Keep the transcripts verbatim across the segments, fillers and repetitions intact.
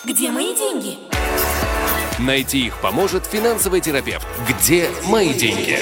Где мои деньги? Найти их поможет финансовый терапевт. Где мои деньги?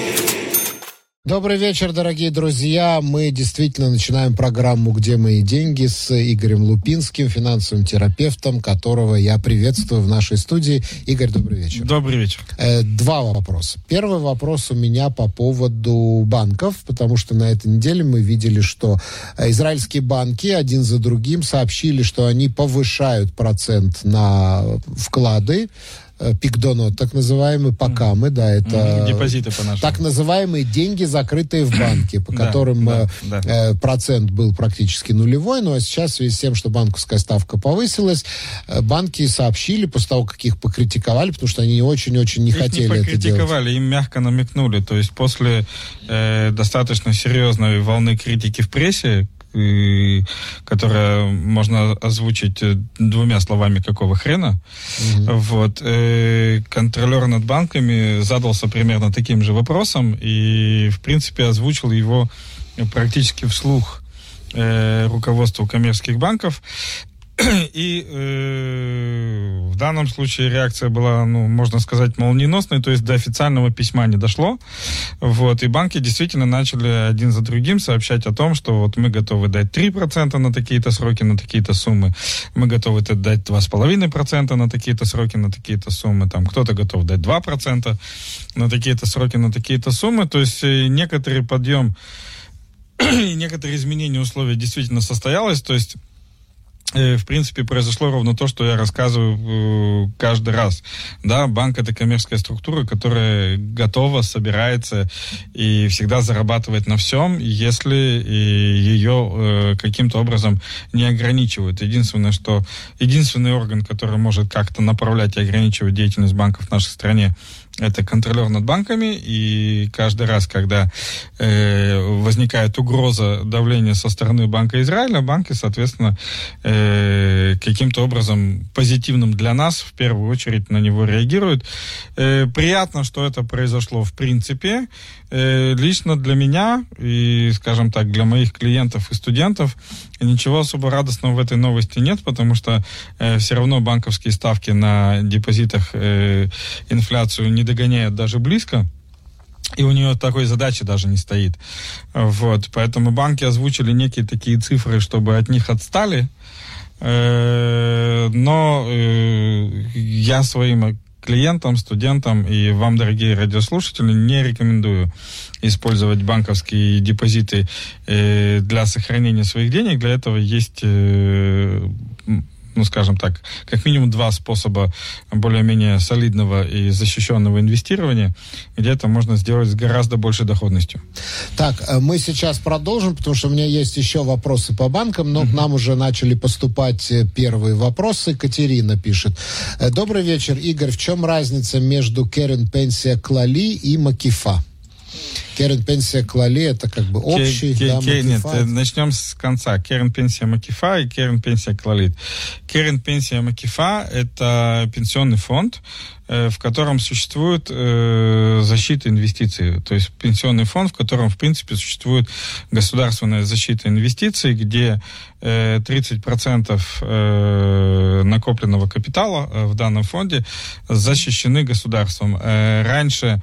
Добрый вечер, дорогие друзья. Мы действительно начинаем программу «Где мои деньги» с Игорем Лупинским, финансовым терапевтом, которого я приветствую в нашей студии. Игорь, добрый вечер. Добрый вечер. Э, два вопроса. Первый вопрос у меня по поводу банков, потому что на этой неделе мы видели, что израильские банки один за другим сообщили, что они повышают процент на вклады, пикдонот, так называемые, покамы, да, это депозиты по-нашему. Так называемые деньги, закрытые в банке, по которым да, да, да. процент был практически нулевой, но сейчас в связи с тем, что банковская ставка повысилась, банки сообщили, после того, как их покритиковали, потому что они очень-очень не их хотели не это делать. покритиковали, им мягко намекнули, то есть после э, достаточно серьезной волны критики в прессе, и, которая можно озвучить двумя словами какого хрена. Mm-hmm. Вот, э, контролер над банками задался примерно таким же вопросом и, в принципе, озвучил его практически вслух э, руководству коммерческих банков. И э, в данном случае реакция была, ну, можно сказать, молниеносной, то есть до официального письма не дошло. Вот, и банки действительно начали один за другим сообщать о том, что вот мы готовы дать три процента на такие-то сроки, на такие-то суммы. Мы готовы дать два с половиной процента на такие-то сроки, на такие-то суммы. Там кто-то готов дать два процента на такие-то сроки, на такие-то суммы. То есть некоторый подъем и некоторые изменения условий действительно состоялось. То есть в принципе, произошло ровно то, что я рассказываю каждый раз. Да, банк — это коммерческая структура, которая готова, собирается и всегда зарабатывает на всем, если ее каким-то образом не ограничивают. Единственное, что единственный орган, который может как-то направлять и ограничивать деятельность банков в нашей стране, это контролер над банками, и каждый раз, когда э, возникает угроза давления со стороны Банка Израиля, банки, соответственно, э, каким-то образом позитивным для нас, в первую очередь, на него реагируют. Э, приятно, что это произошло в принципе. Э, лично для меня и, скажем так, для моих клиентов и студентов ничего особо радостного в этой новости нет, потому что э, все равно банковские ставки на депозитах э, инфляцию не догоняют даже близко, и у нее такой задачи даже не стоит. Вот, поэтому банки озвучили некие такие цифры, чтобы от них отстали, э, но э, я своим клиентам, студентам и вам, дорогие радиослушатели, не рекомендую использовать банковские депозиты э, для сохранения своих денег. Для этого есть, э, ну, скажем так, как минимум два способа более-менее солидного и защищенного инвестирования, где это можно сделать с гораздо большей доходностью. Так, мы сейчас продолжим, потому что у меня есть еще вопросы по банкам, но mm-hmm. к нам уже начали поступать первые вопросы. Катерина пишет. Добрый вечер, Игорь. В чем разница между Керен Пенсия Клали и Макифа? Керен Пенсия Клали — это как бы общий, Ке- да, ке- Нет, Макифа. начнем с конца. Керен Пенсия Макифа и Керен Пенсия Клалит. Керен Пенсия Макифа — это пенсионный фонд, в котором существует э, защита инвестиций. То есть пенсионный фонд, в котором, в принципе, существует государственная защита инвестиций, где э, тридцать процентов э, накопленного капитала э, в данном фонде защищены государством. Э, раньше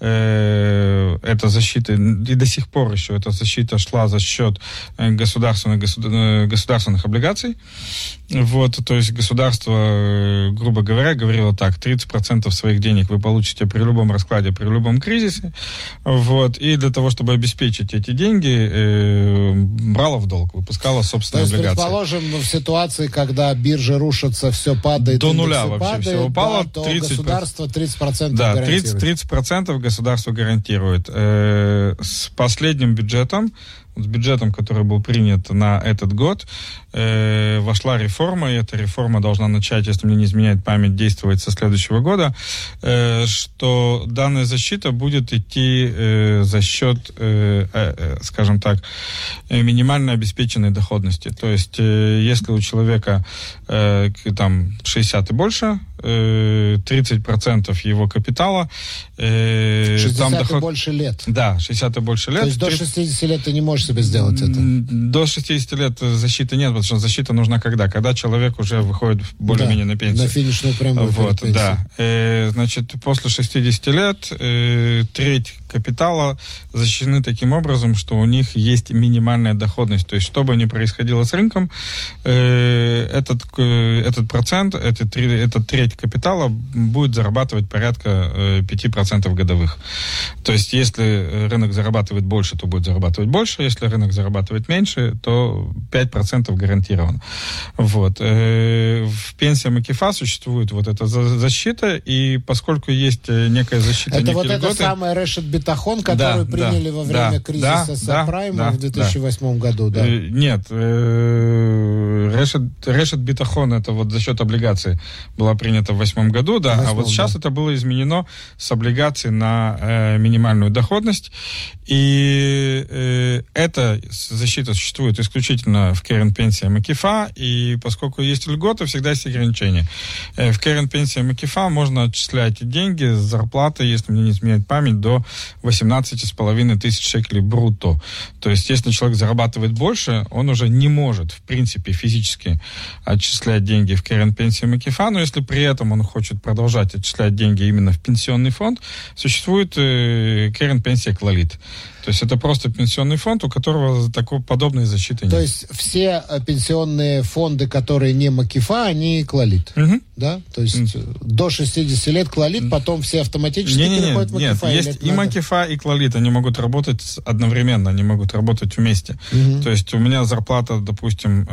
э, эта защита, и до сих пор еще эта защита шла за счет государственных, государственных облигаций. Вот, то есть государство, грубо говоря, говорило так: тридцать процентов своих денег вы получите при любом раскладе, при любом кризисе. Вот, и для того, чтобы обеспечить эти деньги, э, брало в долг, выпускало собственные облигации. То есть, предположим, в ситуации, когда биржа рушится, все падает, до нуля вообще падает, все упало, да, то тридцать процентов, государство тридцать процентов да, гарантирует. тридцать процентов государство гарантирует. Э, с последним бюджетом, с бюджетом, который был принят на этот год, э, вошла реформа, и эта реформа должна начать, если мне не изменяет память, действовать со следующего года, э, что данная защита будет идти э, за счет, э, э, скажем так, минимально обеспеченной доходности. То есть, э, если у человека э, там шестьдесят и больше э, тридцать процентов его капитала. Э, шестьдесят там доход... и больше лет. Да, шестьдесят и больше лет. То есть тридцать... до шестидесяти лет ты не можешь себе сделать это? До шестидесяти лет защиты нет, потому что защита нужна когда? Когда человек уже выходит более-менее да, на пенсию. На финишную прямую. Вот, да. Э, значит, после шестидесяти лет э, треть капитала защищены таким образом, что у них есть минимальная доходность. То есть, что бы ни происходило с рынком, э, этот, э, этот процент, этот, этот треть капитала будет зарабатывать порядка э, пять процентов годовых. То есть, если рынок зарабатывает больше, то будет зарабатывать больше. Если рынок зарабатывает меньше, то пять процентов гарантировано. Вот. Э, в пенсии МКФ существует вот эта защита, и поскольку есть некая защита... Это вот льготы, это самое решет битахон, которую да, приняли да, во время да, кризиса да, сабпрайма да, в две тысячи восьмом да. году, да? Э, нет. Э, решет, решет битахон, это вот за счет облигаций была принята в восьмом году, да, восьмом, а вот сейчас да. это было изменено с облигаций на э, минимальную доходность, и э, эта защита существует исключительно в Керен пенсии МКФ, и поскольку есть льготы, всегда есть ограничения. Э, в Керен пенсии МКФ можно отчислять деньги с зарплаты, если мне не изменяет память, до восемнадцать с половиной тысяч шекелей брутто. То есть, если человек зарабатывает больше, он уже не может, в принципе, физически отчислять деньги в Керен пенсии МКФ, но если при этом он хочет продолжать отчислять деньги именно в пенсионный фонд, существует э, Керен пенсия Клалит. То есть это просто пенсионный фонд, у которого такой подобной защиты нет. То есть все пенсионные фонды, которые не МКФ, они Клалит, угу. да? То есть mm. до шестидесяти лет Клалит, потом все автоматически не, не, переходят в МКФ? Нет, есть и МКФ, и Клалит, они могут работать одновременно, они могут работать вместе. Угу. То есть у меня зарплата, допустим,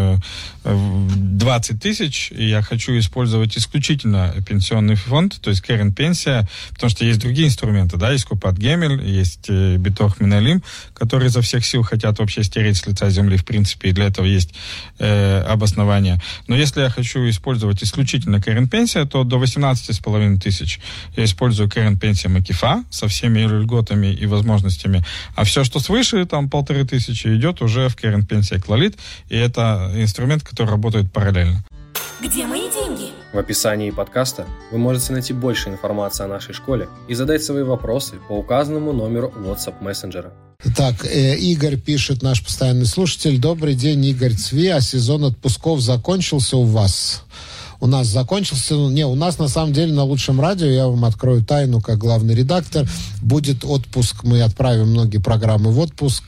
двадцать тысяч, и я хочу использовать исключительно пенсионный фонд, то есть Керен пенсия, потому что есть другие инструменты, да, есть Купат Гемель, есть Битох Миналим, которые изо всех сил хотят вообще стереть с лица земли, в принципе, и для этого есть э, обоснование. Но если я хочу использовать исключительно Керен пенсия, то до восемнадцати с половиной тысяч я использую Керен пенсия МКФ со всеми льготами и возможностями, а все, что свыше, там, полторы тысячи, идет уже в Керен пенсия Клалит, и это инструмент, который работает параллельно. Где мои деньги? В описании подкаста вы можете найти больше информации о нашей школе и задать свои вопросы по указанному номеру WhatsApp мессенджера. Так, э, Игорь пишет, наш постоянный слушатель. Добрый день, Игорь Цви. А сезон отпусков закончился у вас? У нас закончился, не, у нас на самом деле на Лучшем радио, я вам открою тайну, как главный редактор, будет отпуск, мы отправим многие программы в отпуск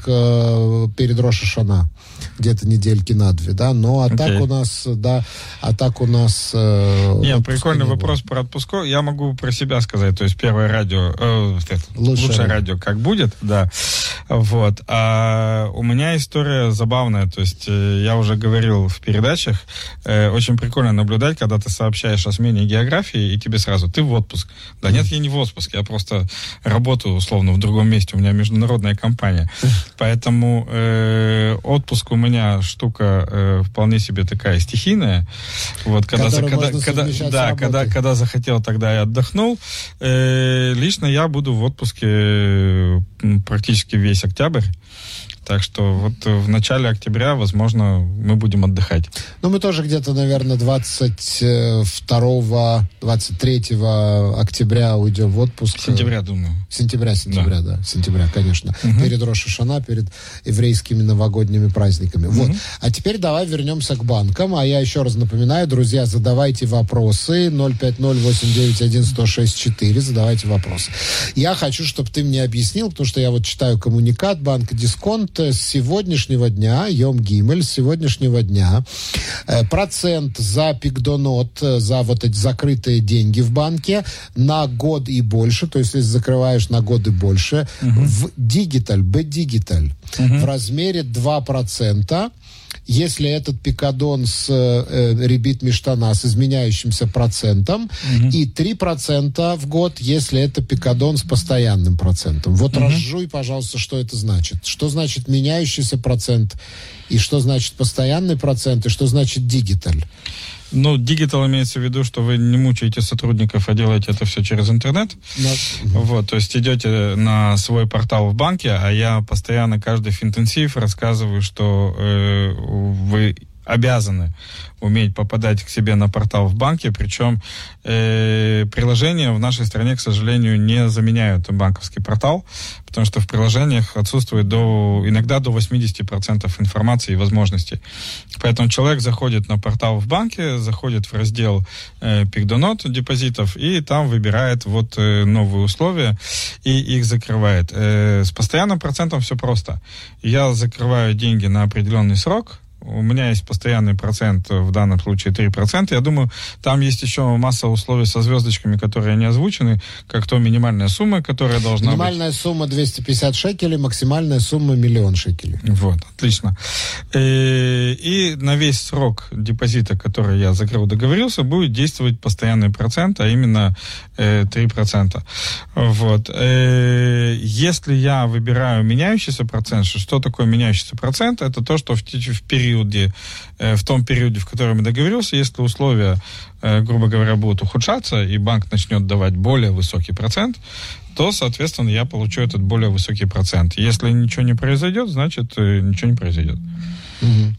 э, перед Рош ха-Шана, где-то недельки на две, да, но а okay. так у нас, да, а так у нас... Э, не, прикольный не вопрос про отпуск, я могу про себя сказать, то есть первое радио, э, лучшее, лучшее радио как будет, да, вот, а у меня история забавная, то есть э, я уже говорил в передачах, э, очень прикольно наблюдать, когда ты сообщаешь о смене географии, и тебе сразу, ты в отпуск. Да нет, я не в отпуск, я просто работаю, условно, в другом месте, у меня международная компания. Поэтому э, отпуск у меня штука э, вполне себе такая стихийная. Вот, когда, за, когда, когда, да, когда, когда захотел, тогда я отдохнул. Э, лично я буду в отпуске практически весь октябрь. Так что вот в начале октября, возможно, мы будем отдыхать. Ну, мы тоже где-то, наверное, двадцать второго, двадцать третьего октября уйдем в отпуск. Сентября, думаю. Сентября, сентября, да, да сентября, конечно. Угу. Перед Рош ха-Шана, перед еврейскими новогодними праздниками. Угу. Вот. А теперь давай вернемся к банкам. А я еще раз напоминаю, друзья, задавайте вопросы. ноль пять ноль восемь девять один сто шесть четыре. Задавайте вопросы. Я хочу, чтобы ты мне объяснил, потому что я вот читаю коммуникат банка Дисконт. С сегодняшнего дня, Йом Гимель, с сегодняшнего дня э, процент за пикдонот, за вот эти закрытые деньги в банке на год и больше, то есть если закрываешь на год и больше, uh-huh. в Digital, B-Digital, uh-huh. в размере два процента. Если этот пикадон с э, ребит миштана с изменяющимся процентом, угу. и три процента в год, если это пикадон с постоянным процентом. Вот угу. разжуй, пожалуйста, что это значит. Что значит меняющийся процент, и что значит постоянный процент, и что значит дигиталь? Ну, диджитал имеется в виду, что вы не мучаете сотрудников, а делаете это все через интернет. Но... Вот, то есть идете на свой портал в банке, а я постоянно каждый финтенсив рассказываю, что э, вы обязаны уметь попадать к себе на портал в банке, причем э, приложения в нашей стране, к сожалению, не заменяют банковский портал, потому что в приложениях отсутствует до, иногда до восемьдесят процентов информации и возможностей. Поэтому человек заходит на портал в банке, заходит в раздел э, пикдонот депозитов и там выбирает вот э, новые условия и их закрывает. Э, с постоянным процентом все просто. Я закрываю деньги на определенный срок. У меня есть постоянный процент, в данном случае три процента. Я думаю, там есть еще масса условий со звездочками, которые не озвучены, как то минимальная сумма, которая должна Минимальная быть... сумма двести пятьдесят шекелей, максимальная сумма миллион шекелей. Вот, отлично. И, и на весь срок депозита, который я закрыл, договорился, будет действовать постоянный процент, а именно э, три процента. Вот. Э, если я выбираю меняющийся процент, что такое меняющийся процент? Это то, что в, в период периоде, в том периоде, в котором я договорился, если условия, грубо говоря, будут ухудшаться, и банк начнет давать более высокий процент, то, соответственно, я получу этот более высокий процент. Если ничего не произойдет, значит, ничего не произойдет. Угу.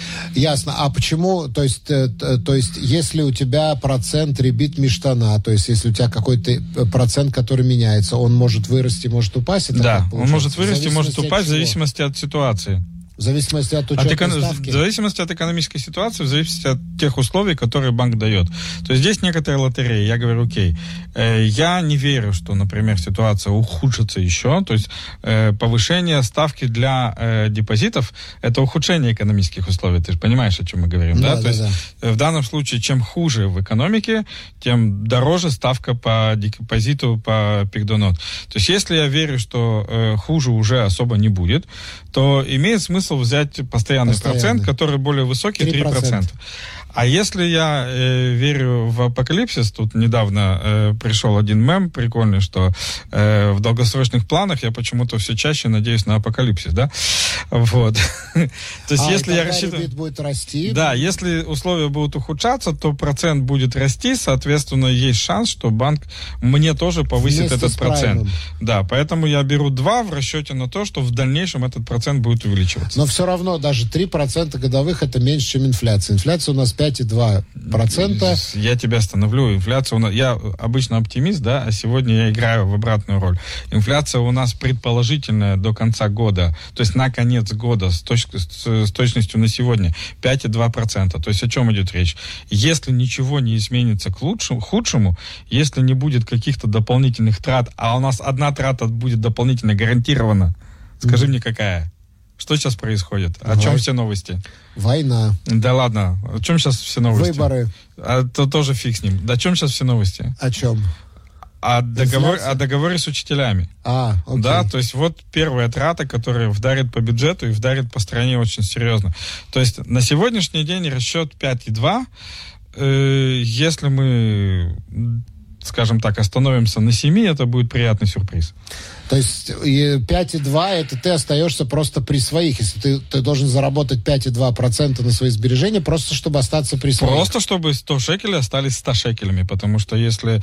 Ясно. А почему, то есть, то, то есть, если у тебя процент ребит миштана, то есть, если у тебя какой-то процент, который меняется, он может вырасти, может упасть? Это да, он может вырасти, может упасть в зависимости от ситуации. В зависимости от учетной от эко... ставки? В зависимости от экономической ситуации, в зависимости от тех условий, которые банк дает. То есть здесь некоторые лотереи. Я говорю, окей, э, я не верю, что, например, ситуация ухудшится еще. То есть э, повышение ставки для э, депозитов – это ухудшение экономических условий. Ты же понимаешь, о чем мы говорим, да? да? То да, есть да. в данном случае, чем хуже в экономике, тем дороже ставка по депозиту, по пикдонот. То есть если я верю, что э, хуже уже особо не будет, то имеет смысл взять постоянный, постоянный процент, который более высокий, три процента. А если я э, верю в апокалипсис, тут недавно э, пришел один мем прикольный, что э, в долгосрочных планах я почему-то все чаще надеюсь на апокалипсис, да? Вот. То есть а, если я рассчитываю... ребит будет расти? Да, если условия будут ухудшаться, то процент будет расти, соответственно, есть шанс, что банк мне тоже повысит вместе этот процент. Праймом. Да, поэтому я беру два в расчете на то, что в дальнейшем этот процент будет увеличиваться. Но все равно даже три процента годовых это меньше, чем инфляция. Инфляция у нас пять целых два десятых процента. Я тебя остановлю. Инфляция у нас... Я обычно оптимист, да, а сегодня я играю в обратную роль. Инфляция у нас предположительная до конца года, то есть на конец года с, точ... с, с точностью на сегодня пять целых два десятых процента. То есть о чем идет речь? Если ничего не изменится к лучшему, худшему, если не будет каких-то дополнительных трат, а у нас одна трата будет дополнительно гарантирована, скажи mm-hmm. мне, какая? Что сейчас происходит? Давай. О чем все новости? Война. Да ладно. О чем сейчас все новости? Выборы. А то тоже фиг с ним. Да о чем сейчас все новости? О чем? О, договор, о договоре с учителями. А, окей. Да, то есть вот первая трата, которая вдарит по бюджету и вдарит по стране очень серьезно. То есть на сегодняшний день расчет пять целых два. Э, если мы, скажем так, остановимся на семи, это будет приятный сюрприз. То есть пять целых два это ты остаешься просто при своих. Если ты, ты должен заработать пять целых два десятых процента на свои сбережения, просто чтобы остаться при своих. Просто чтобы сто шекелей остались сто шекелями. Потому что если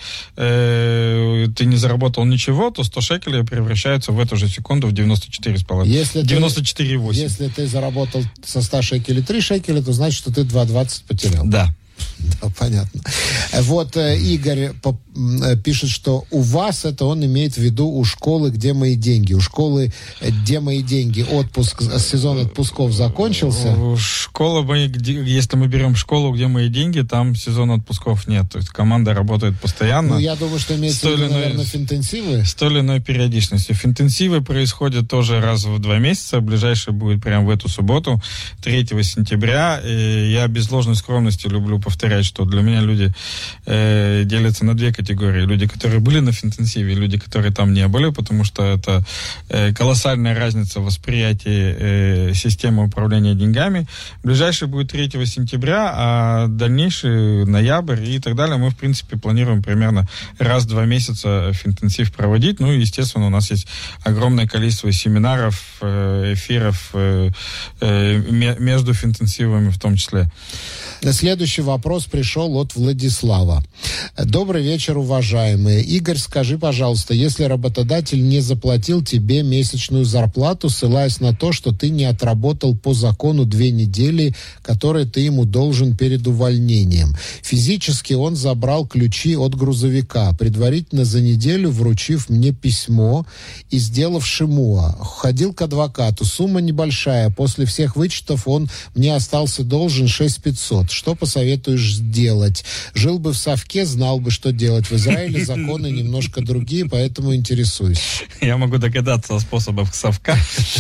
э, ты не заработал ничего, то сто шекелей превращаются в эту же секунду в девяносто четыре целых пять десятых. девяносто четыре целых восемь десятых. Если ты заработал со ста шекелей три шекеля, то значит, что ты два целых двадцать потерял. Да. Да, понятно. Вот э, Игорь по, э, пишет, что у вас это он имеет в виду у школы «Где мои деньги». У школы «Где мои деньги» отпуск, сезон отпусков закончился. Школа, если мы берем школу «Где мои деньги», там сезон отпусков нет. То есть команда работает постоянно. Ну, я думаю, что имеется в виду, наверное, финтенсивы. С той или иной периодичностью. Финтенсивы происходят тоже раз в два месяца. Ближайший будет прямо в эту субботу, третьего сентября. И я без ложной скромности люблю повторять, что для меня люди э, делятся на две категории. Люди, которые были на финтенсиве, и люди, которые там не были, потому что это э, колоссальная разница в восприятии э, системы управления деньгами. Ближайший будет третьего сентября, а дальнейший ноябрь и так далее. Мы, в принципе, планируем примерно раз в два месяца финтенсив проводить. Ну и, естественно, у нас есть огромное количество семинаров, э, эфиров э, э, между финтенсивами в том числе. Следующий вопрос пришел от Владислава. Добрый вечер, уважаемые. Игорь, скажи, пожалуйста, если работодатель не заплатил тебе месячную зарплату, ссылаясь на то, что ты не отработал по закону две недели, которые ты ему должен перед увольнением. Физически он забрал ключи от грузовика, предварительно за неделю вручив мне письмо и сделав шимуа. Ходил к адвокату. Сумма небольшая. После всех вычетов он мне остался должен шесть тысяч пятьсот. Что посоветуешь сделать? Жил бы в совке, знал бы, что делать. В Израиле законы немножко другие, поэтому интересуюсь. Я могу догадаться о способах совка.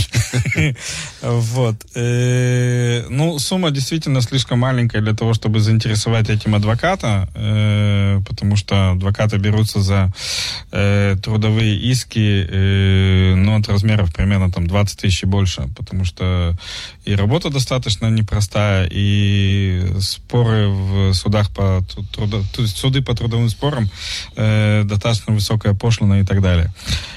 Вот. Ну, сумма действительно слишком маленькая для того, чтобы заинтересовать этим адвоката, потому что адвокаты берутся за трудовые иски, ну, от размеров примерно там двадцать тысяч и больше, потому что и работа достаточно непростая, и споры в судах по труду, суды по трудовым спорам э, достаточно высокая пошлина и так далее.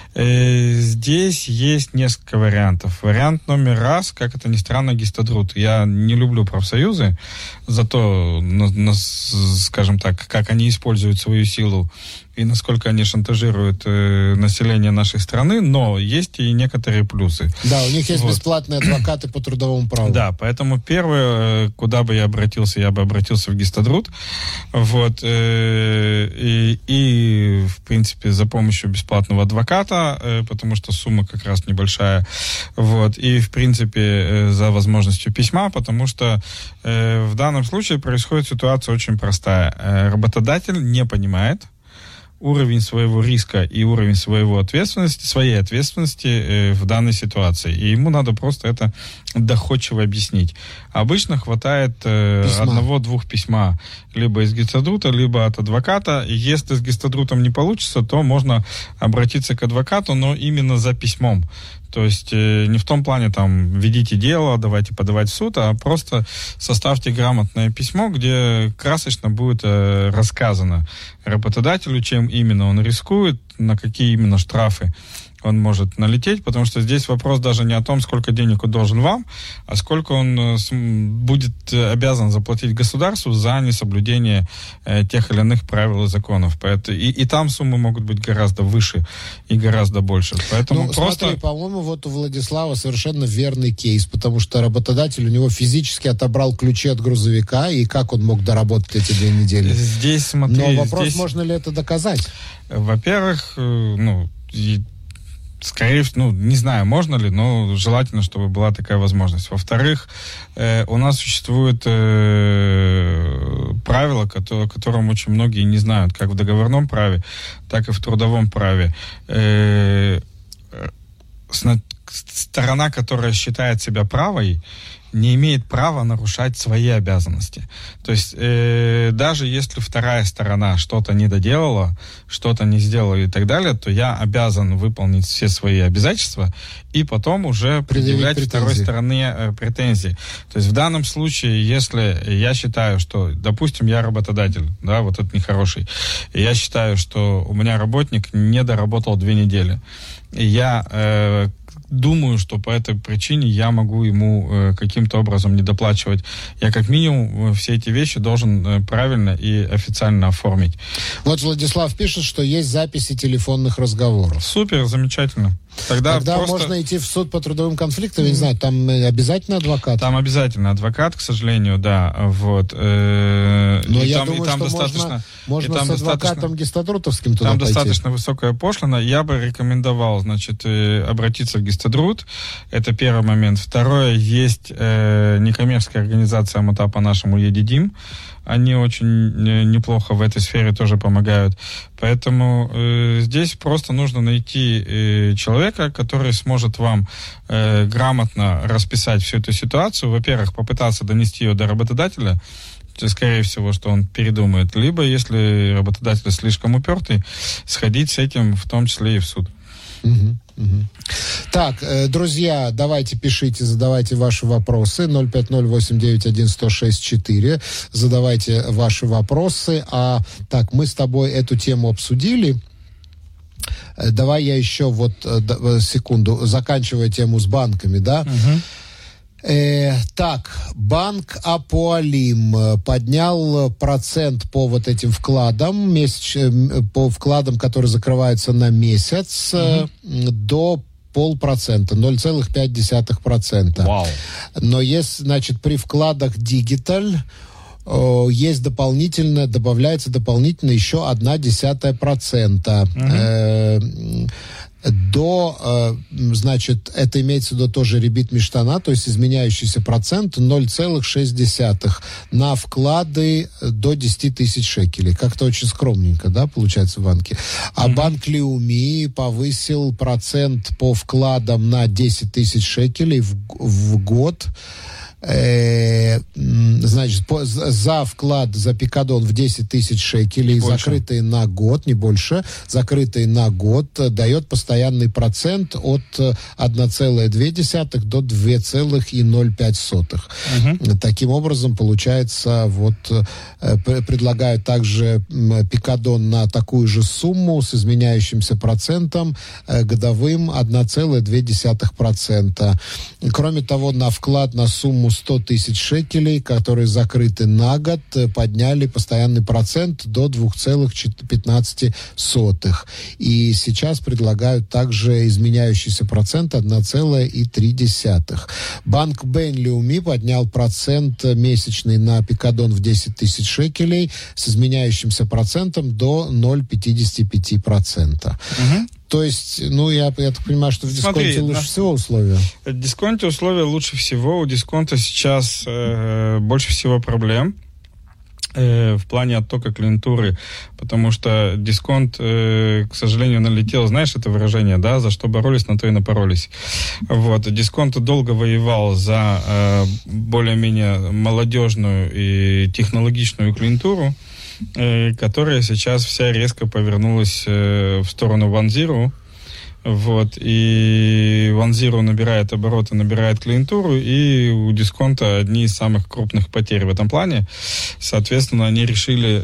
Э, здесь есть несколько вариантов. Вариант номер раз, как это ни странно, гистадрут. Я не люблю профсоюзы за то, на, на, скажем так, как они используют свою силу и насколько они шантажируют э, население нашей страны, но есть и некоторые плюсы. Да, у них есть вот. Бесплатные адвокаты по трудовому праву. Да, поэтому первое, куда бы я обратился, я бы обратился в гистадрут, вот, э, и, и, в принципе, за помощью бесплатного адвоката, э, потому что сумма как раз небольшая, вот, и, в принципе, э, за возможностью письма, потому что э, в данном случае происходит ситуация очень простая. Э, работодатель не понимает уровень своего риска и уровень своего ответственности, своей ответственности э, в данной ситуации. И ему надо просто это доходчиво объяснить. Обычно хватает э, одного-двух письма либо из гистадрута, либо от адвоката. И если с гистадрутом не получится, то можно обратиться к адвокату, но именно за письмом. То есть э, не в том плане, там, ведите дело, давайте подавать в суд, а просто составьте грамотное письмо, где красочно будет э, рассказано работодателю, чем именно он рискует, на какие именно штрафы он может налететь, потому что здесь вопрос даже не о том, сколько денег он должен вам, а сколько он будет обязан заплатить государству за несоблюдение э, тех или иных правил и законов. Поэтому, и, и там суммы могут быть гораздо выше и гораздо больше. Поэтому ну, просто... смотри, по-моему, вот у Владислава совершенно верный кейс, потому что работодатель у него физически отобрал ключи от грузовика, и как он мог доработать эти две недели? Здесь, смотри... Но вопрос, здесь... можно ли это доказать? Во-первых, ну... Скорее всего, ну, не знаю, можно ли, но желательно, чтобы была такая возможность. Во-вторых, э, у нас существует э, правило, которое, которым очень многие не знают, как в договорном праве, так и в трудовом праве. Э, э, сторона, которая считает себя правой, не имеет права нарушать свои обязанности. То есть э, даже если вторая сторона что-то не доделала, что-то не сделала и так далее, то я обязан выполнить все свои обязательства и потом уже предъявлять второй стороне э, претензии. То есть в данном случае, если я считаю, что, допустим, я работодатель, да, вот этот нехороший, и я считаю, что у меня работник не доработал две недели, и я э, думаю, что по этой причине я могу ему э, каким-то образом недоплачивать. Я как минимум все эти вещи должен э, правильно и официально оформить. Вот Владислав пишет, что есть записи телефонных разговоров. Супер, замечательно. Тогда, Тогда просто... можно идти в суд по трудовым конфликтам, я не знаю, там обязательно адвокат? Там обязательно адвокат, к сожалению, да. Вот. Э, Но и я там, думаю, и там что достаточно, можно, можно там с адвокатом достаточно, гистадрутовским туда Там пойти. достаточно высокая пошлина. Я бы рекомендовал, значит, обратиться в гистадрут. Это первый момент. Второе, есть э, некоммерческая организация МОТА по-нашему Едидим. Они очень неплохо в этой сфере тоже помогают. Поэтому э, здесь просто нужно найти э, человека, который сможет вам э, грамотно расписать всю эту ситуацию. Во-первых, попытаться донести ее до работодателя, скорее всего, что он передумает. Либо, если работодатель слишком упертый, сходить с этим, в том числе и в суд. Угу, угу. Так, э, друзья, давайте пишите, задавайте ваши вопросы. ноль пять ноль восемь девять один сто шесть четыре. Задавайте ваши вопросы. А так, мы с тобой эту тему обсудили. Э, давай я еще вот э, секунду, заканчивая тему с банками, да? Угу. Э, так, банк Апуалим поднял процент по вот этим вкладам, месяч, по вкладам, которые закрываются на месяц, mm-hmm. до полпроцента, ноль целых пять десятых процента. Вау. Но есть, значит, при вкладах Digital есть дополнительно, добавляется дополнительно еще одна десятая процента. Mm-hmm. До, значит, это имеется в виду тоже ребит мештана, то есть изменяющийся процент ноль целых шесть десятых на вклады до десять тысяч шекелей. Как-то очень скромненько, да, получается, в банке. А mm-hmm. банк Леуми повысил процент по вкладам на десять тысяч шекелей в, в год. Э, значит, по, за вклад, за пикадон в десять тысяч шекелей, закрытые на год, не больше, закрытые на год, дает постоянный процент от одна целая две десятых до два целых ноль пять сотых. Угу. Таким образом, получается, вот э, предлагают также пикадон на такую же сумму с изменяющимся процентом э, годовым одна целая две десятых процента. Кроме того, на вклад на сумму сто тысяч шекелей, которые закрыты на год, подняли постоянный процент до два целых пятнадцать сотых. И сейчас предлагают также изменяющийся процент одна целая три десятых. Банк Бен-Леуми поднял процент месячный на пикадон в десять тысяч шекелей с изменяющимся процентом до ноль целых пятьдесят пять процента. Угу. То есть, ну, я, я так понимаю, что в дисконте Смотри, лучше на... всего условия. В дисконте условия лучше всего. У дисконта сейчас э, больше всего проблем э, в плане оттока клиентуры, потому что дисконт, э, к сожалению, налетел, знаешь это выражение, да, за что боролись, на то и напоролись. Вот. Дисконт долго воевал за э, более-менее молодежную и технологичную клиентуру, которая сейчас вся резко повернулась э, в сторону One Zero. Вот, и One Zero набирает обороты, набирает клиентуру, и у дисконта одни из самых крупных потерь в этом плане. Соответственно, они решили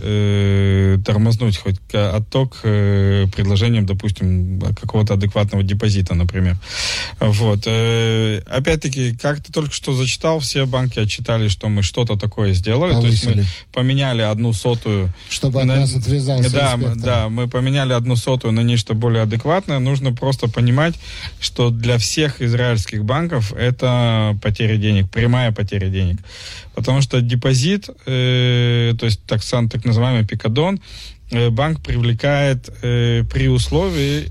э, тормознуть хоть отток э, предложением, допустим, какого-то адекватного депозита, например. Вот. Э, опять-таки, как ты только что зачитал, все банки отчитали, что мы что-то такое сделали. Повысили. То есть мы поменяли одну сотую... Чтобы от на... нас отвязался да, мы, да, мы поменяли одну сотую на нечто более адекватное. Нужно просто Просто понимать, что для всех израильских банков это потеря денег, прямая потеря денег. Потому что депозит, э, то есть так, сам, так называемый пикадон, э, банк привлекает э, при условии,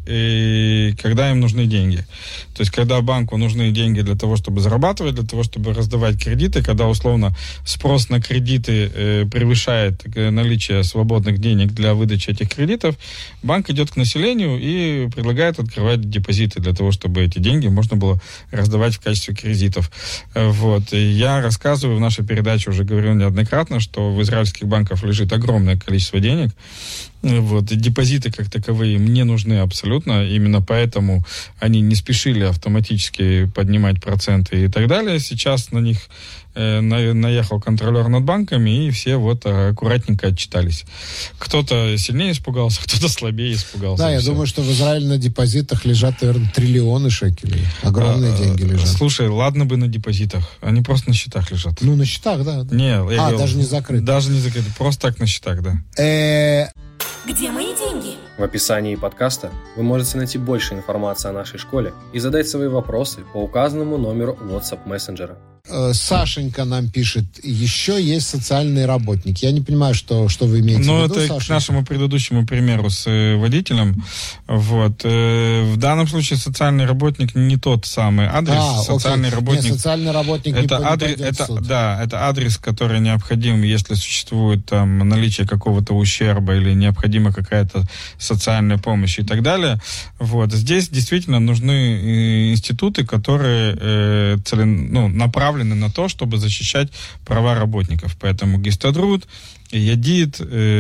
э, когда им нужны деньги. То есть когда банку нужны деньги для того, чтобы зарабатывать, для того, чтобы раздавать кредиты, когда условно спрос на кредиты э, превышает э, наличие свободных денег для выдачи этих кредитов, банк идет к населению и предлагает открывать депозиты для того, чтобы эти деньги можно было раздавать в качестве кредитов. Вот. И я рассказываю в нашей передаче, уже говорил неоднократно, что в израильских банках лежит огромное количество денег. Вот. И депозиты как таковые им не нужны абсолютно. Именно поэтому они не спешили автоматически поднимать проценты и так далее. Сейчас на них э, на, наехал контролер над банками, и все вот аккуратненько отчитались. Кто-то сильнее испугался, кто-то слабее испугался. Да, я все. думаю, что в Израиле на депозитах лежат, наверное, триллионы шекелей. Огромные а, деньги лежат. Слушай, ладно бы на депозитах. Они просто на счетах лежат. Ну, на счетах, да. да. Не, я а, говорил, даже не закрыты. Даже не закрыты. Просто так на счетах, да. Э-э- Где мои деньги? В описании подкаста вы можете найти больше информации о нашей школе и задать свои вопросы по указанному номеру WhatsApp мессенджера. Сашенька нам пишет, еще есть социальный работник. Я не понимаю, что, что вы имеете ну, в виду, это Саша? к нашему предыдущему примеру с э, водителем. Вот. Э, в данном случае социальный работник не тот самый адрес. А, социальный окей. работник. Нет, социальный работник это не адрес, пойдет это, в суд. Да, это адрес, который необходим, если существует там наличие какого-то ущерба или необходима какая-то социальная помощь и так далее. Вот. Здесь действительно нужны институты, которые э, целен, ну, направлены на то, чтобы защищать права работников. Поэтому Гистадрут, Ядид,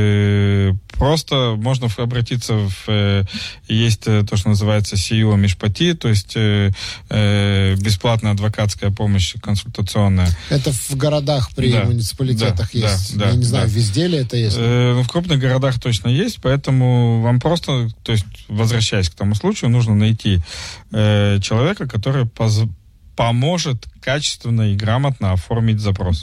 э, просто можно обратиться в... Э, есть то, что называется Сиюа Мишпати, то есть э, э, бесплатная адвокатская помощь консультационная. Это в городах при да, муниципалитетах да, есть. Да, Я да, не знаю, да. везде ли это есть? Э, ну, в крупных городах точно есть, поэтому вам просто, то есть, возвращаясь к тому случаю, нужно найти э, человека, который поз поможет качественно и грамотно оформить запрос.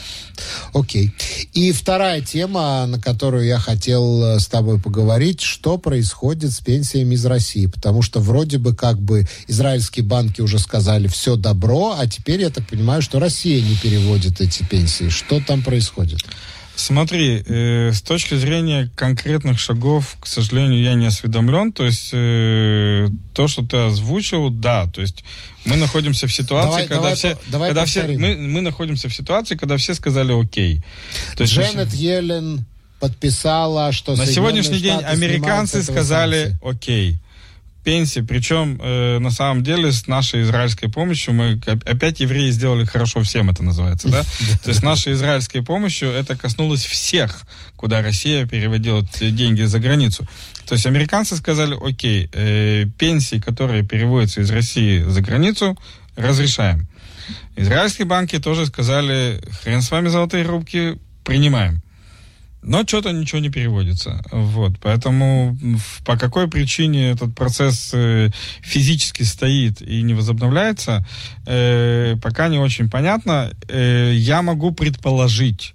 Окей. И вторая тема, на которую я хотел с тобой поговорить, что происходит с пенсиями из России, потому что вроде бы как бы израильские банки уже сказали все добро, а теперь я так понимаю, что Россия не переводит эти пенсии. Что там происходит? Смотри, э, с точки зрения конкретных шагов, к сожалению, я не осведомлен. То есть э, то, что ты озвучил, да. То есть мы находимся в ситуации, давай, когда давай, все, давай когда все мы, мы находимся в ситуации, когда все сказали окей. То есть, Дженет Йеллен подписала, что на сегодняшний день Штаты американцы сказали санкции. Окей. Пенсии, причем э, на самом деле с нашей израильской помощью мы опять евреи сделали хорошо всем, это называется, да? То есть нашей израильской помощью это коснулось всех, куда Россия переводила деньги за границу. То есть американцы сказали, окей, э, пенсии, которые переводятся из России за границу, разрешаем. Израильские банки тоже сказали, хрен с вами золотые рубки, принимаем. Но что-то ничего не переводится. Вот. Поэтому по какой причине этот процесс э, физически стоит и не возобновляется, э, пока не очень понятно. Э, я могу предположить,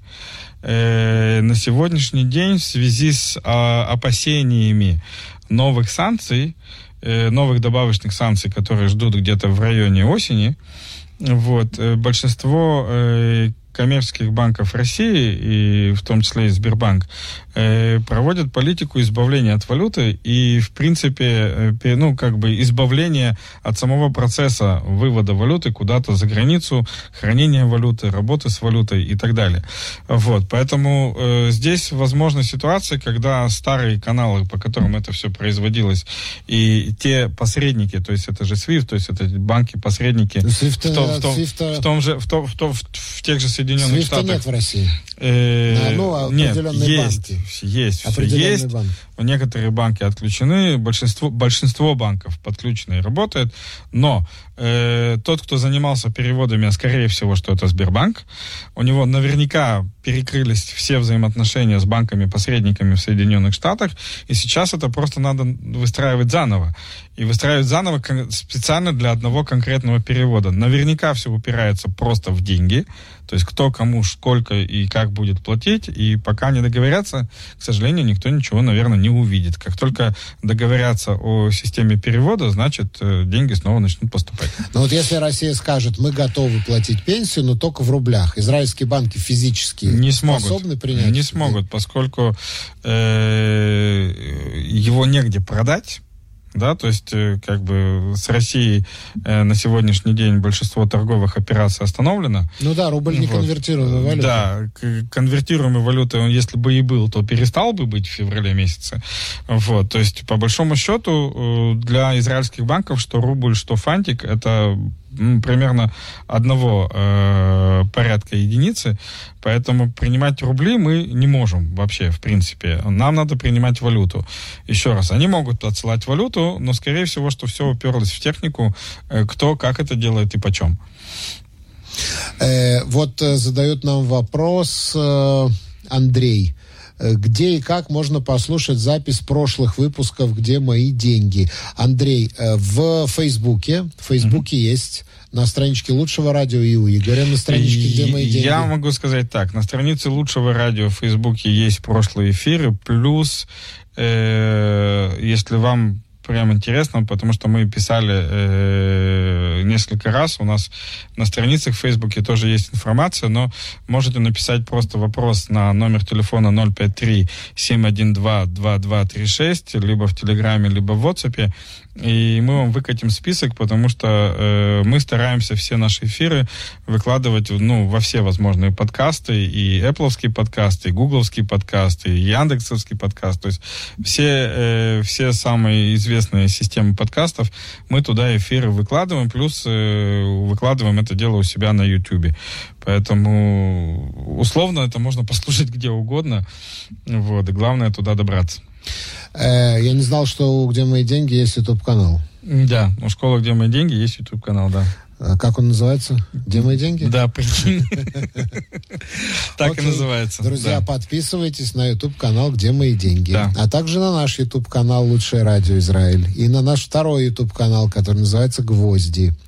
э, на сегодняшний день в связи с э, опасениями новых санкций, э, новых добавочных санкций, которые ждут где-то в районе осени, вот, э, большинство э, коммерческих банков России, и в том числе и Сбербанк, э, проводят политику избавления от валюты и, в принципе, э, ну, как бы избавления от самого процесса вывода валюты куда-то за границу, хранения валюты, работы с валютой и так далее. Вот, поэтому э, здесь возможна ситуация, когда старые каналы, по которым это все производилось, и те посредники, то есть это же свифт, то есть это банки-посредники Свифта, в, том, в, том, Свифта... в том же, в, том, в, том, в, в тех же Соединенных Свифта Штатах. нет в России. Э, а, ну, определенные нет, банки. Есть, есть, все есть. Банки. Некоторые банки отключены, большинство, большинство банков подключены и работает, но э, тот, кто занимался переводами, а скорее всего, что это Сбербанк, у него наверняка перекрылись все взаимоотношения с банками-посредниками в Соединенных Штатах, и сейчас это просто надо выстраивать заново. И выстраивать заново специально для одного конкретного перевода. Наверняка все упирается просто в деньги, то есть кто кому сколько и как будет платить, и пока не договорятся, к сожалению, никто ничего, наверное, не увидит. Как только договорятся о системе перевода, значит, деньги снова начнут поступать. Но вот если Россия скажет, мы готовы платить пенсию, но только в рублях, израильские банки физически не способны смогут, принять? Не смогут, поскольку э, его негде продать. Да, то есть, как бы, с Россией э, на сегодняшний день большинство торговых операций остановлено. Ну да, рубль не вот. Конвертируемая валюта. Да, к- конвертируемой валютой он, если бы и был, то перестал бы быть в феврале месяце. Вот, то есть, по большому счету, для израильских банков, что рубль, что фантик, это ну, примерно одного э, порядка единицы, поэтому принимать рубли мы не можем вообще, в принципе. Нам надо принимать валюту. Еще раз, они могут отсылать валюту, но, скорее всего, что все уперлось в технику, э, кто, как это делает и почем. Э, вот э, задает нам вопрос э, Андрей. Где и как можно послушать запись прошлых выпусков «Где мои деньги»? Андрей, в Фейсбуке, в Фейсбуке mm-hmm. есть, на страничке Лучшего радио и у Игоря, на страничке «Где мои деньги». Я могу сказать так, на странице Лучшего радио в Фейсбуке есть прошлые эфиры, плюс, э, если вам прям интересно, потому что мы писали э, несколько раз. У нас на страницах в Фейсбуке тоже есть информация, но можете написать просто вопрос на номер телефона ноль пять три семь один два два два три шесть, либо в Телеграме, либо в WhatsApp, и мы вам выкатим список, потому что э, мы стараемся все наши эфиры выкладывать ну, во все возможные подкасты, и Apple'овские подкасты, и Гугловские подкасты, и Яндексовский подкаст, то есть все, э, все самые известные системы подкастов мы туда эфиры выкладываем, плюс э, выкладываем это дело у себя на YouTube. Поэтому условно это можно послушать где угодно, вот, и главное туда добраться. Я не знал, что у «Где мои деньги» есть YouTube-канал. Да, у школы «Где мои деньги» есть YouTube-канал, да. А как он называется? «Где мои деньги»? Да, прикинь. Так и называется. Друзья, подписывайтесь на YouTube-канал «Где мои деньги». А также на наш YouTube-канал «Лучшее радио Израиль». И на наш второй YouTube-канал, который называется «Гвозди».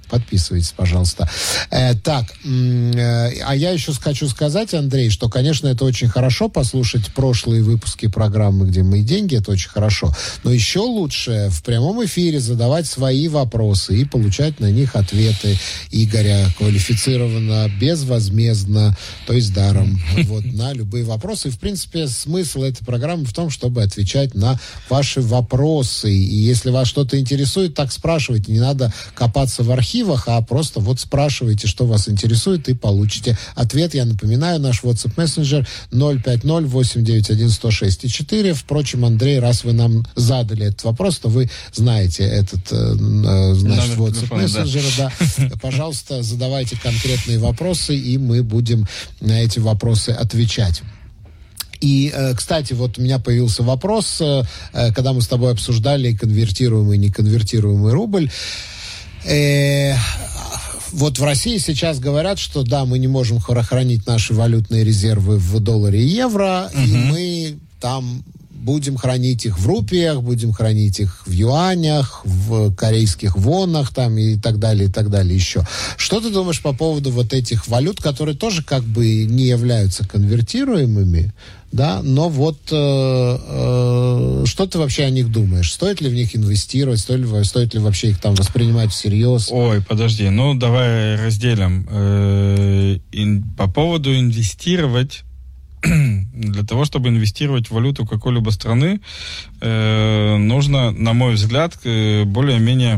Подписывайтесь, пожалуйста. Э, так, э, а я еще хочу сказать, Андрей, что, конечно, это очень хорошо послушать прошлые выпуски программы «Где мои деньги», это очень хорошо. Но еще лучше в прямом эфире задавать свои вопросы и получать на них ответы Игоря квалифицированно, безвозмездно, то есть даром, вот, на любые вопросы. И, в принципе, смысл этой программы в том, чтобы отвечать на ваши вопросы. И если вас что-то интересует, так спрашивайте. Не надо копаться в архиве, а просто вот спрашивайте, что вас интересует, и получите ответ. Я напоминаю, наш WhatsApp мессенджер ноль пять ноль восемь девять один сто шесть четыре. Впрочем, Андрей, раз вы нам задали этот вопрос, то вы знаете этот, значит, WhatsApp мессенджера, да. да. Пожалуйста, задавайте конкретные вопросы, и мы будем на эти вопросы отвечать. И, кстати, вот у меня появился вопрос, когда мы с тобой обсуждали конвертируемый и неконвертируемый рубль. Э, вот в России сейчас говорят, что да, мы не можем хранить наши валютные резервы в долларе и евро, угу. и мы там будем хранить их в рупиях, будем хранить их в юанях, в корейских вонах там и так далее, и так далее еще. Что ты думаешь по поводу вот этих валют, которые тоже как бы не являются конвертируемыми, да, но вот э, э, что ты вообще о них думаешь? Стоит ли в них инвестировать? Стоит ли, стоит ли вообще их там воспринимать всерьез? Ой, подожди, ну давай разделим. Э, ин, по поводу инвестировать, для того, чтобы инвестировать в валюту какой-либо страны, э, нужно, на мой взгляд, э, более-менее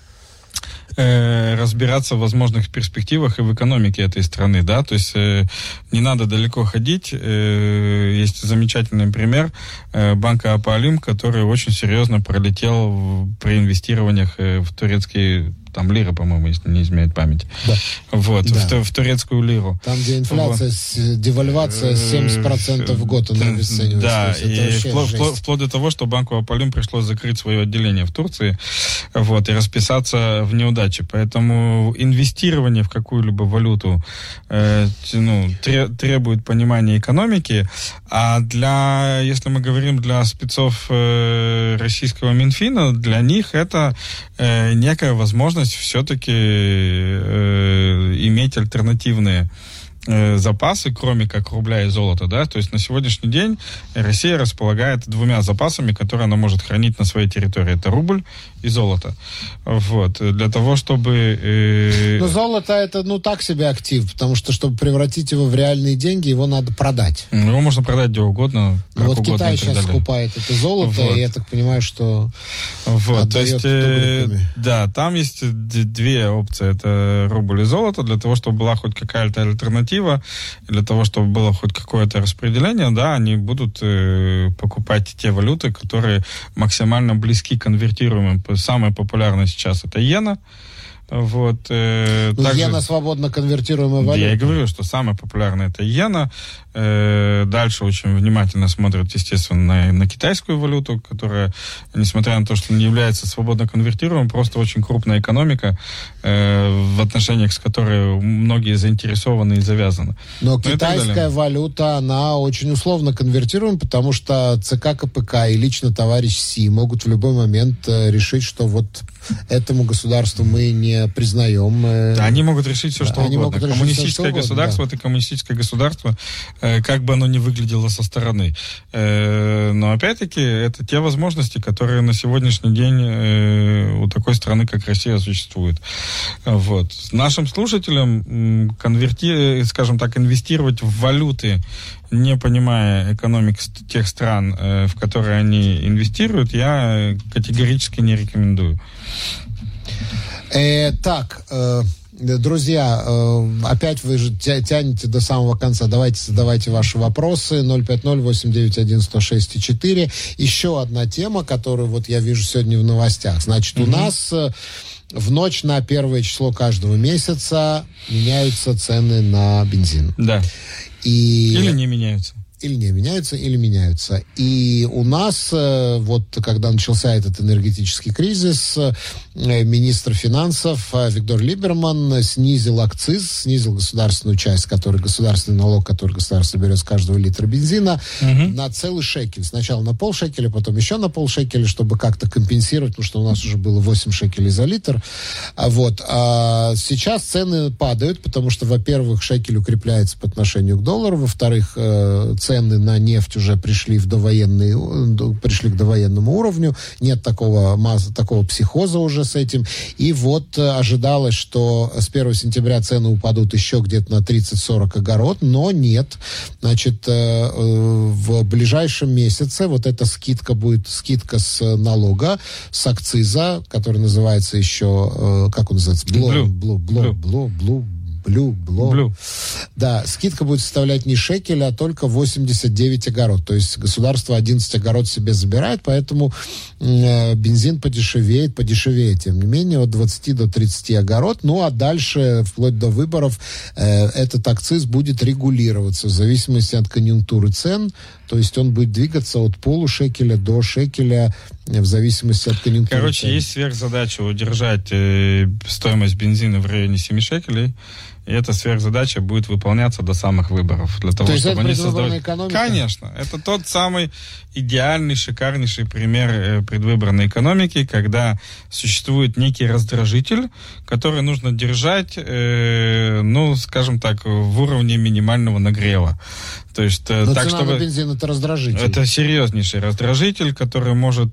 э, разбираться в возможных перспективах и в экономике этой страны, да, то есть э, не надо далеко ходить. Э, есть замечательный пример э, банка Апалим, который очень серьезно пролетел в, при инвестированиях э, в турецкие там лира, по-моему, если не изменяет память. Да. Вот, да. В, в турецкую лиру. Там, где инфляция, вот. девальвация семьдесят процентов в год, она обесценивается. Да, и вплоть, вплоть, вплоть до того, что банку Апалим пришлось закрыть свое отделение в Турции, вот, и расписаться в неудаче. Поэтому инвестирование в какую-либо валюту э, ну, требует понимания экономики, а для, если мы говорим для спецов э, российского Минфина, для них это э, некая возможность все-таки э, иметь альтернативные э, запасы, кроме как рубля и золота, да, то есть на сегодняшний день Россия располагает двумя запасами, которые она может хранить на своей территории. Это рубль и золото. Вот. Для того, чтобы... Э... Но золото это, ну, так себе актив, потому что, чтобы превратить его в реальные деньги, его надо продать. Его можно продать где угодно, как вот угодно. Китай сейчас далее. скупает это золото, вот. и я так понимаю, что вот. То есть, э, тубриками. да, там есть две опции. Это рубль и золото. Для того, чтобы была хоть какая-то альтернатива, для того, чтобы было хоть какое-то распределение, да, они будут э, покупать те валюты, которые максимально близки к конвертируемым. Самая популярная сейчас это иена. Вот, э, ну, также... иена свободно конвертируемая валюта. Я и говорю, что самая популярная это иена. Э, дальше очень внимательно смотрят, естественно, на, на китайскую валюту, которая, несмотря на то, что не является свободно конвертируемой, просто очень крупная экономика, э, в отношениях с которой многие заинтересованы и завязаны. Но ну, китайская валюта, она очень условно конвертируема, потому что ЦК КПК и лично товарищ Си могут в любой момент э, решить, что вот этому государству мы не признаем. Э, да, они могут решить все, да, что угодно. Коммунистическое государство, да. Это коммунистическое государство, э, как бы оно ни выглядело со стороны. Э, но опять-таки, это те возможности, которые на сегодняшний день э, у такой страны, как Россия, существуют. Вот. Нашим слушателям конверти, скажем так, инвестировать в валюты, не понимая экономик тех стран, э, в которые они инвестируют, я категорически не рекомендую. Э, так, э, друзья, э, опять вы же тянете до самого конца. Давайте задавайте ваши вопросы. ноль пять ноль восемь девять один сто шесть четыре. Еще одна тема, которую вот я вижу сегодня в новостях. Значит, mm-hmm. у нас э, в ночь на первое число каждого месяца меняются цены на бензин. Да. И... Или не меняются. или не меняются, или меняются. И у нас, вот когда начался этот энергетический кризис, министр финансов Виктор Либерман снизил акциз, снизил государственную часть, который государственный налог, который государство берет с каждого литра бензина, угу. на целый шекель. Сначала на полшекеля, потом еще на полшекеля, чтобы как-то компенсировать, потому что у нас уже было восемь шекелей за литр. Вот. А сейчас цены падают, потому что, во-первых, шекель укрепляется по отношению к доллару, во-вторых, цены на нефть уже пришли в довоенный, пришли к довоенному уровню, нет такого, масс, такого психоза уже с этим, и вот ожидалось, что с первого сентября цены упадут еще где-то на тридцать-сорок огород, но нет, значит, в ближайшем месяце вот эта скидка будет, скидка с налога, с акциза, который называется еще, как он называется? Блу, блу, блу, блу, блу, Блю, бло. Блю. Да, скидка будет составлять не шекель, а только восемьдесят девять огород. То есть государство одиннадцать огород себе забирает, поэтому э, бензин подешевеет, подешевеет. Тем не менее, от двадцати до тридцати огород. Ну, а дальше, вплоть до выборов, э, этот акциз будет регулироваться в зависимости от конъюнктуры цен. То есть он будет двигаться от полушекеля до шекеля в зависимости от конъюнктуры. Короче, цен. Есть сверхзадача удержать э, стоимость бензина в районе семи шекелей. И эта сверхзадача будет выполняться до самых выборов. Для того, То есть чтобы это они предвыборная создавали... экономика? Конечно. Это тот самый идеальный, шикарнейший пример предвыборной экономики, когда существует некий раздражитель, который нужно держать, э, ну, скажем так, в уровне минимального нагрева. То есть, Но так, цена чтобы... на бензин — это раздражитель. Это серьезнейший раздражитель, который может,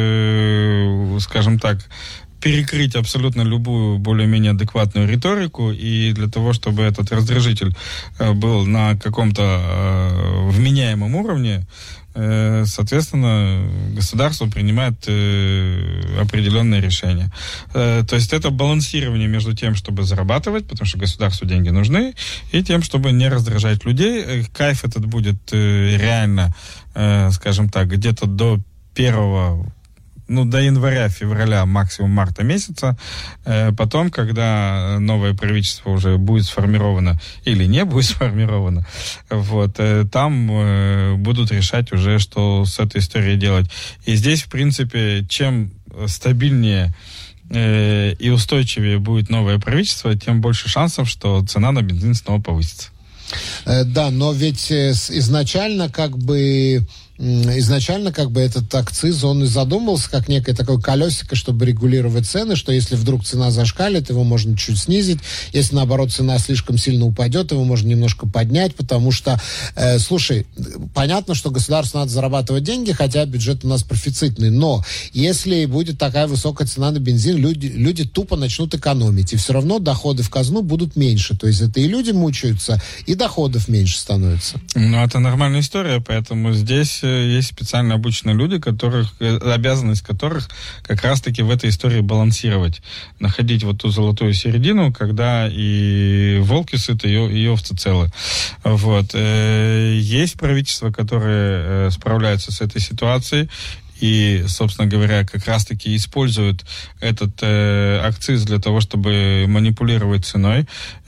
э, скажем так, перекрыть абсолютно любую более-менее адекватную риторику, и для того, чтобы этот раздражитель э, был на каком-то э, вменяемом уровне, э, соответственно, государство принимает э, определенные решения. Э, то есть это балансирование между тем, чтобы зарабатывать, потому что государству деньги нужны, и тем, чтобы не раздражать людей. Э, кайф этот будет э, реально, э, скажем так, где-то до первого ну, до января-февраля, максимум марта месяца. Потом, когда новое правительство уже будет сформировано или не будет сформировано, вот, там будут решать уже, что с этой историей делать. И здесь, в принципе, чем стабильнее и устойчивее будет новое правительство, тем больше шансов, что цена на бензин снова повысится. Да, но ведь изначально как бы изначально как бы этот акциз, он и задумался как некое такое колесико, чтобы регулировать цены, что если вдруг цена зашкалит, его можно чуть снизить, если наоборот цена слишком сильно упадет, его можно немножко поднять, потому что, э, слушай, понятно, что государству надо зарабатывать деньги, хотя бюджет у нас профицитный, но если будет такая высокая цена на бензин, люди, люди тупо начнут экономить, и все равно доходы в казну будут меньше, то есть это и люди мучаются, и доходов меньше становится. Ну, это нормальная история, поэтому здесь есть специально обученные люди, которых, обязанность которых как раз-таки в этой истории балансировать. Находить вот ту золотую середину, когда и волки сыты, и овцы целы. Вот. Есть правительства, которые справляются с этой ситуацией, и, собственно говоря, как раз-таки используют этот э, акциз для того, чтобы манипулировать ценой.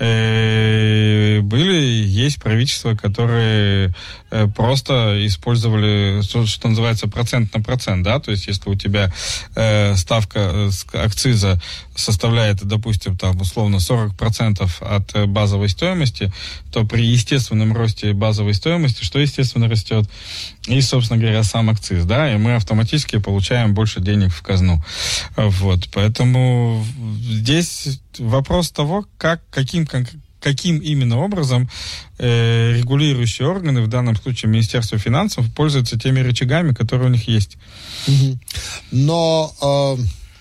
Э, были, есть правительства, которые э, просто использовали, что, что называется, процент на процент, да, то есть если у тебя э, ставка акциза составляет, допустим, там, условно, сорок процентов от базовой стоимости, то при естественном росте базовой стоимости, что естественно растет? И, собственно говоря, сам акциз, да, и мы автоматически получаем больше денег в казну. Вот, поэтому здесь вопрос того, как, каким, каким именно образом э, регулирующие органы, в данном случае Министерство финансов, пользуются теми рычагами, которые у них есть. Но... Э...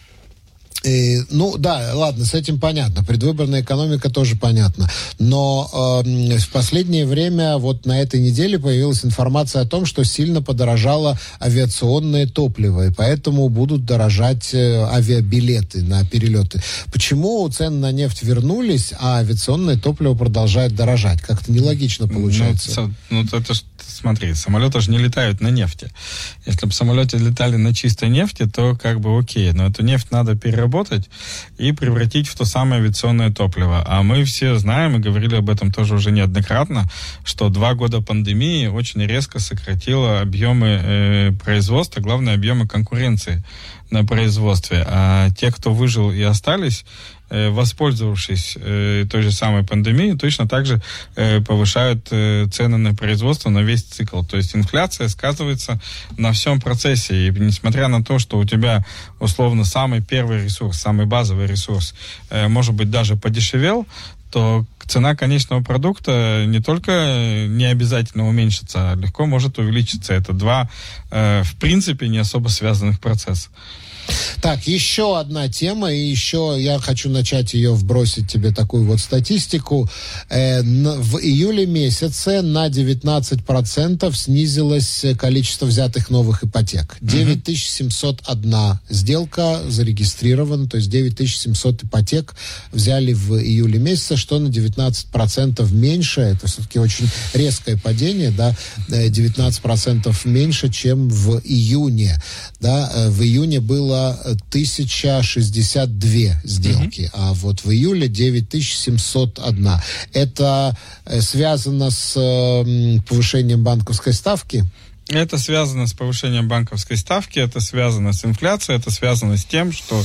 И, ну, да, ладно, с этим понятно. Предвыборная экономика тоже понятно. Но э, в последнее время, вот на этой неделе появилась информация о том, что сильно подорожало авиационное топливо, и поэтому будут дорожать э, авиабилеты на перелеты. Почему цены на нефть вернулись, а авиационное топливо продолжает дорожать? Как-то нелогично получается. Ну, ну это ж, смотри, самолеты же не летают на нефти. Если бы самолеты летали на чистой нефти, то как бы окей, но эту нефть надо переработать заработать и превратить в то самое авиационное топливо. А мы все знаем и говорили об этом тоже уже неоднократно, что два года пандемии очень резко сократило объемы э, производства, главное, объемы конкуренции на производстве. А те, кто выжил и остались, э, воспользовавшись э, той же самой пандемией, точно так же э, повышают э, цены на производство на весь цикл. То есть инфляция сказывается на всем процессе. И несмотря на то, что у тебя условно самый первый ресурс, самый базовый ресурс, э, может быть, даже подешевел, то цена конечного продукта не только не обязательно уменьшится, а легко может увеличиться. Это два, э, в принципе, не особо связанных процесса. Так, еще одна тема, и еще я хочу начать ее вбросить тебе такую вот статистику. Э, в июле месяце на девятнадцать процентов снизилось количество взятых новых ипотек. девять тысяч семьсот одна сделка зарегистрирована, то есть девять тысяч семьсот ипотек взяли в июле месяце, что на девятнадцать процентов меньше. Это все-таки очень резкое падение, да, девятнадцать процентов меньше, чем в июне. Да, в июне было тысяча шестьдесят две сделки, mm-hmm. а вот в июле девять тысяч семьсот одна. Это связано с э, повышением банковской ставки? Это связано с повышением банковской ставки, это связано с инфляцией, это связано с тем, что,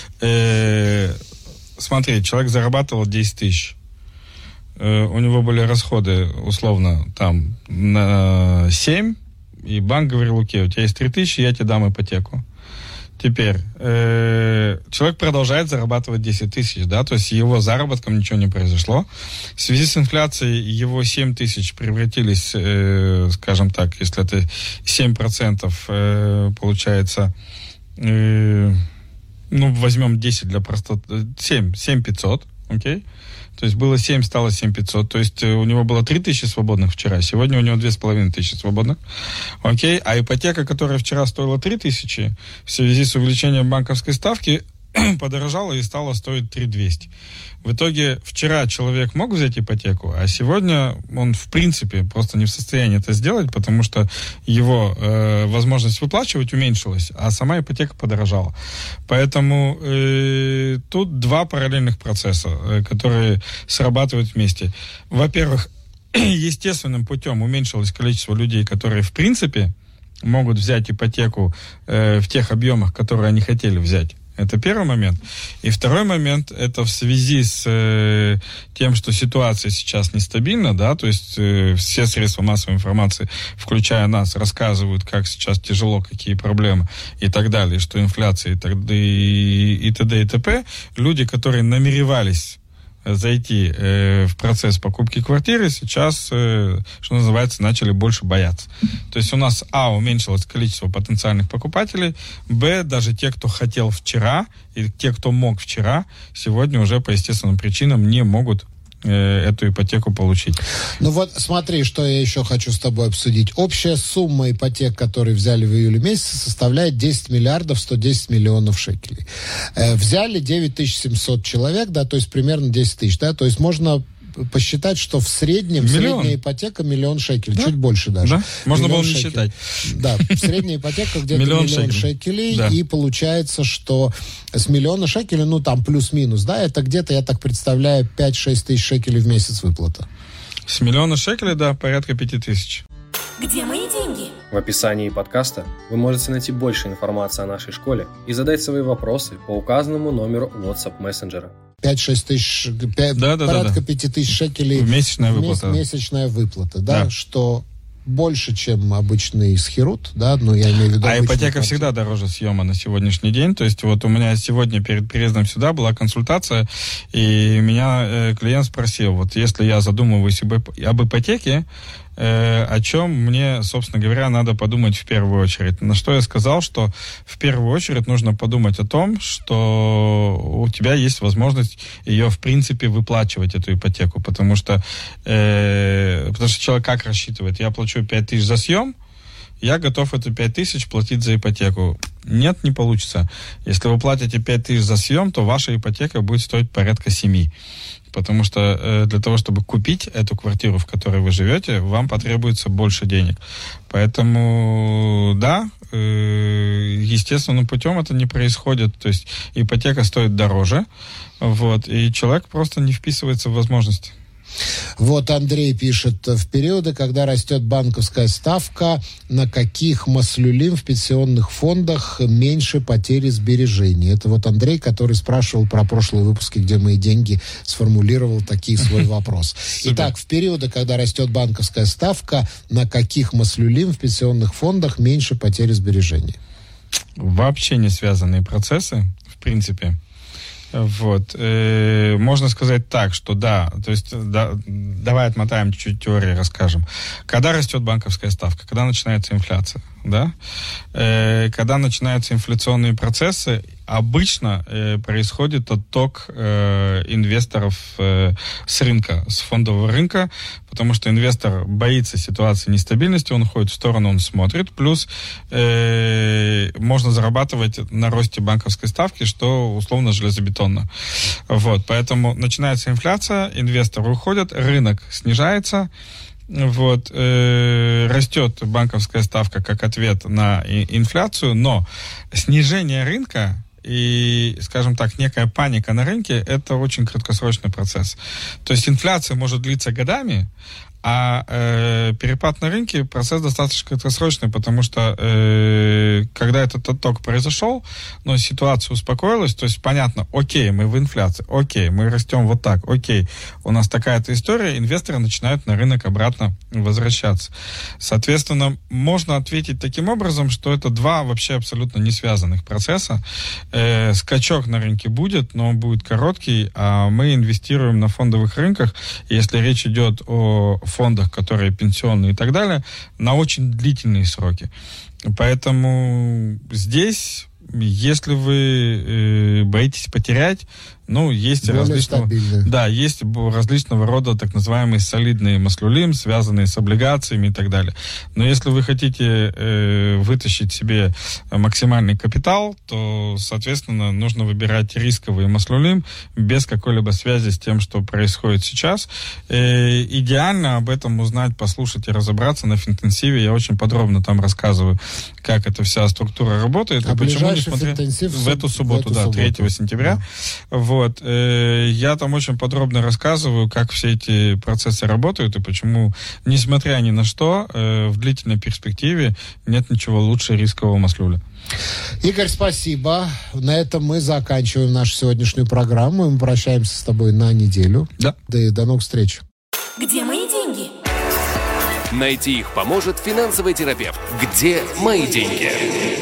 э, смотри, человек зарабатывал десять тысяч. Э, у него были расходы, условно, там, на семь, и банк говорил: окей, у тебя есть три тысячи, я тебе дам ипотеку. Теперь, э, человек продолжает зарабатывать десять тысяч, да, то есть его заработком ничего не произошло. В связи с инфляцией его семь тысяч превратились, э, скажем так, если это семь процентов, э, получается, э, ну, возьмем десять для простоты, семь, семь пятьсот, окей? То есть было семь, стало семь пятьсот. То есть у него было три тысячи свободных вчера, сегодня у него две с половиной тысячи свободных. Окей? А ипотека, которая вчера стоила три тысячи, в связи с увеличением банковской ставки, подорожала и стала стоить три тысячи двести. В итоге вчера человек мог взять ипотеку, а сегодня он в принципе просто не в состоянии это сделать, потому что его э, возможность выплачивать уменьшилась, а сама ипотека подорожала. Поэтому э, тут два параллельных процесса, э, которые срабатывают вместе. Во-первых, естественным путем уменьшилось количество людей, которые в принципе могут взять ипотеку э, в тех объемах, которые они хотели взять. Это первый момент. И второй момент, это в связи с э, тем, что ситуация сейчас нестабильна, да, то есть э, все средства массовой информации, включая нас, рассказывают, как сейчас тяжело, какие проблемы и так далее, что инфляция и, так, и, и т.д. и т.п. Люди, которые намеревались зайти э, в процесс покупки квартиры, сейчас, э, что называется, начали больше бояться. То есть у нас, а, уменьшилось количество потенциальных покупателей, б, даже те, кто хотел вчера, и те, кто мог вчера, сегодня уже по естественным причинам не могут эту ипотеку получить. Ну вот смотри, что я еще хочу с тобой обсудить. Общая сумма ипотек, которые взяли в июле месяце, составляет десять миллиардов сто десять миллионов шекелей. Э, взяли девять тысяч семьсот человек, да, то есть примерно десять тысяч, да, то есть можно посчитать, что в среднем миллион. Средняя ипотека миллион шекелей, да? чуть больше даже. Да? Можно миллион было не шекелей. считать. Да, средняя ипотека где-то миллион, миллион шекелей, шекелей, да. И получается, что с миллиона шекелей, ну там плюс-минус, да, это где-то, я так представляю, пять-шесть тысяч шекелей в месяц выплата. С миллиона шекелей, да, порядка пяти тысяч. Где мои деньги? В описании подкаста вы можете найти больше информации о нашей школе и задать свои вопросы по указанному номеру WhatsApp мессенджера. пять-шесть тысяч, пять, да, да, порядка да, да. пяти тысяч шекелей. Месячная выплата. Месячная выплата, да, да. Что больше, чем обычный схирут, да, ну, я имею в виду... А ипотека квартиру. всегда дороже съема на сегодняшний день, то есть вот у меня сегодня перед переездом сюда была консультация, и меня э, клиент спросил, вот если я задумываюсь об, об ипотеке, э, о чем мне, собственно говоря, надо подумать в первую очередь. На что я сказал, что в первую очередь нужно подумать о том, что у тебя есть возможность ее, в принципе, выплачивать, эту ипотеку, потому что, э, потому что человек как рассчитывает? Я плачу пять тысяч за съем, я готов эту пять тысяч платить за ипотеку. Нет, не получится. Если вы платите пять тысяч за съем, то ваша ипотека будет стоить порядка семи. Потому что э, для того, чтобы купить эту квартиру, в которой вы живете, вам потребуется больше денег. Поэтому, да, э, естественным путем это не происходит. То есть ипотека стоит дороже, вот, и человек просто не вписывается в возможности. Вот Андрей пишет, в периоды, когда растет банковская ставка, на каких маслюлим в пенсионных фондах меньше потери сбережений? Это вот Андрей, который спрашивал про прошлые выпуски, где мои деньги, сформулировал такие свой вопрос. Итак, в периоды, когда растет банковская ставка, на каких маслюлим в пенсионных фондах меньше потери сбережений? Вообще не связанные процессы, в принципе. Вот. Э, можно сказать так, что да, то есть да, давай отмотаем чуть-чуть теории, расскажем. Когда растет банковская ставка? Когда начинается инфляция? Да? Э, когда начинаются инфляционные процессы, обычно э, происходит отток э, инвесторов э, с рынка, с фондового рынка, потому что инвестор боится ситуации нестабильности, он уходит в сторону, он смотрит, плюс э, можно зарабатывать на росте банковской ставки, что условно железобетонно. Вот, поэтому начинается инфляция, инвесторы уходят, рынок снижается, вот, э, растет банковская ставка как ответ на и, инфляцию, но снижение рынка и, скажем так, некая паника на рынке – это очень краткосрочный процесс. То есть инфляция может длиться годами, а э, перепад на рынке – процесс достаточно краткосрочный, потому что э, когда этот отток произошел, но ситуация успокоилась, то есть понятно, окей, мы в инфляции, окей, мы растем вот так, окей, у нас такая-то история, инвесторы начинают на рынок обратно возвращаться. Соответственно, можно ответить таким образом, что это два вообще абсолютно не связанных процесса. Э, скачок на рынке будет, но он будет короткий, а мы инвестируем на фондовых рынках, если речь идет о фондах, которые пенсионные и так далее, на очень длительные сроки. Поэтому здесь, если вы э, боитесь потерять, ну, есть различного, да, есть различного рода так называемые солидные маслюлим, связанные с облигациями и так далее. Но если вы хотите э, вытащить себе максимальный капитал, то, соответственно, нужно выбирать рисковые маслюлим без какой-либо связи с тем, что происходит сейчас. Э, идеально об этом узнать, послушать и разобраться на Финтенсиве. Я очень подробно там рассказываю, как эта вся структура работает. А и почему не смотреть в эту субботу, в эту да, субботу. третьего сентября. Да. Вот. Я там очень подробно рассказываю, как все эти процессы работают и почему, несмотря ни на что, в длительной перспективе нет ничего лучше рискового маслюля. Игорь, спасибо. На этом мы заканчиваем нашу сегодняшнюю программу. Мы прощаемся с тобой на неделю. Да. Да и до новых встреч. Где мои деньги? Найти их поможет финансовый терапевт. Где мои деньги?